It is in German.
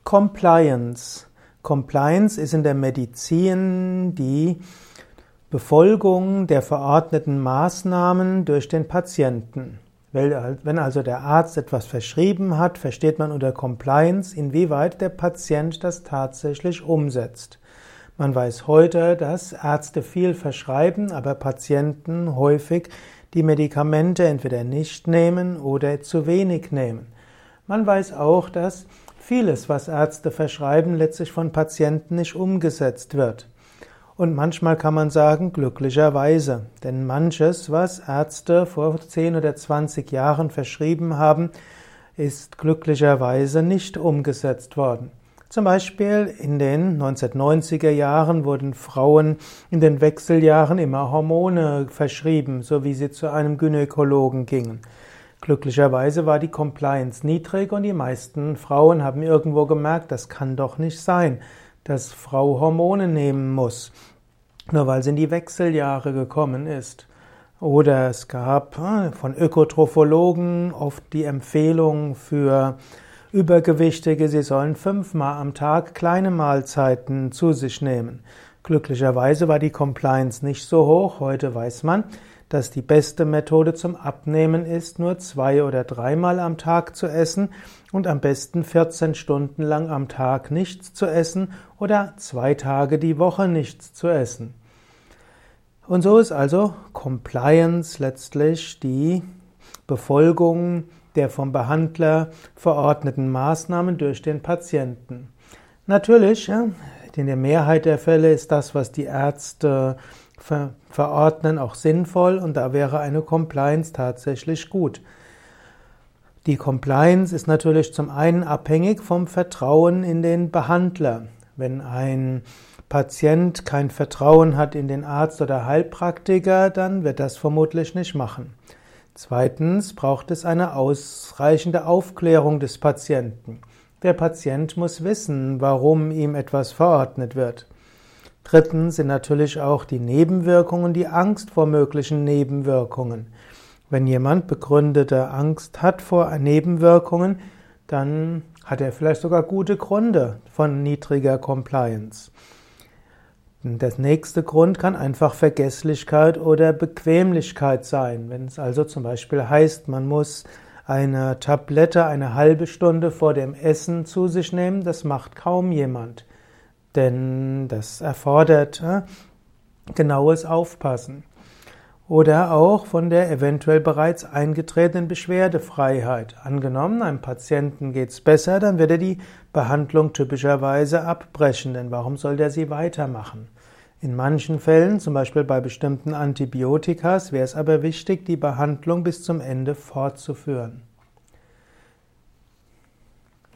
Compliance. Compliance ist in der Medizin die Befolgung der verordneten Maßnahmen durch den Patienten. Wenn also der Arzt etwas verschrieben hat, versteht man unter Compliance, inwieweit der Patient das tatsächlich umsetzt. Man weiß heute, dass Ärzte viel verschreiben, aber Patienten häufig die Medikamente entweder nicht nehmen oder zu wenig nehmen. Man weiß auch, dass vieles, was Ärzte verschreiben, letztlich von Patienten nicht umgesetzt wird. Und manchmal kann man sagen, glücklicherweise, denn manches, was Ärzte vor 10 oder 20 Jahren verschrieben haben, ist glücklicherweise nicht umgesetzt worden. Zum Beispiel in den 1990er Jahren wurden Frauen in den Wechseljahren immer Hormone verschrieben, so wie sie zu einem Gynäkologen gingen. Glücklicherweise war die Compliance niedrig und die meisten Frauen haben irgendwo gemerkt, das kann doch nicht sein, dass Frau Hormone nehmen muss, nur weil sie in die Wechseljahre gekommen ist. Oder es gab von Ökotrophologen oft die Empfehlung für Übergewichtige, sie sollen 5-mal am Tag kleine Mahlzeiten zu sich nehmen. Glücklicherweise war die Compliance nicht so hoch. Heute weiß man, dass die beste Methode zum Abnehmen ist, nur 2- oder 3-mal am Tag zu essen und am besten 14 Stunden lang am Tag nichts zu essen oder 2 Tage die Woche nichts zu essen. Und so ist also Compliance letztlich die Befolgung der vom Behandler verordneten Maßnahmen durch den Patienten. Natürlich, in der Mehrheit der Fälle ist das, was die Ärzte verordnen, auch sinnvoll und da wäre eine Compliance tatsächlich gut. Die Compliance ist natürlich zum einen abhängig vom Vertrauen in den Behandler. Wenn ein Patient kein Vertrauen hat in den Arzt oder Heilpraktiker, dann wird das vermutlich nicht machen. Zweitens braucht es eine ausreichende Aufklärung des Patienten. Der Patient muss wissen, warum ihm etwas verordnet wird. Drittens sind natürlich auch die Nebenwirkungen, die Angst vor möglichen Nebenwirkungen. Wenn jemand begründete Angst hat vor Nebenwirkungen, dann hat er vielleicht sogar gute Gründe von niedriger Compliance. Der nächste Grund kann einfach Vergesslichkeit oder Bequemlichkeit sein. Wenn es also zum Beispiel heißt, man muss eine Tablette eine halbe Stunde vor dem Essen zu sich nehmen, das macht kaum jemand. Denn das erfordert genaues Aufpassen. Oder auch von der eventuell bereits eingetretenen Beschwerdefreiheit. Angenommen, einem Patienten geht's besser, dann wird er die Behandlung typischerweise abbrechen, denn warum soll der sie weitermachen? In manchen Fällen, zum Beispiel bei bestimmten Antibiotikas, wäre es aber wichtig, die Behandlung bis zum Ende fortzuführen.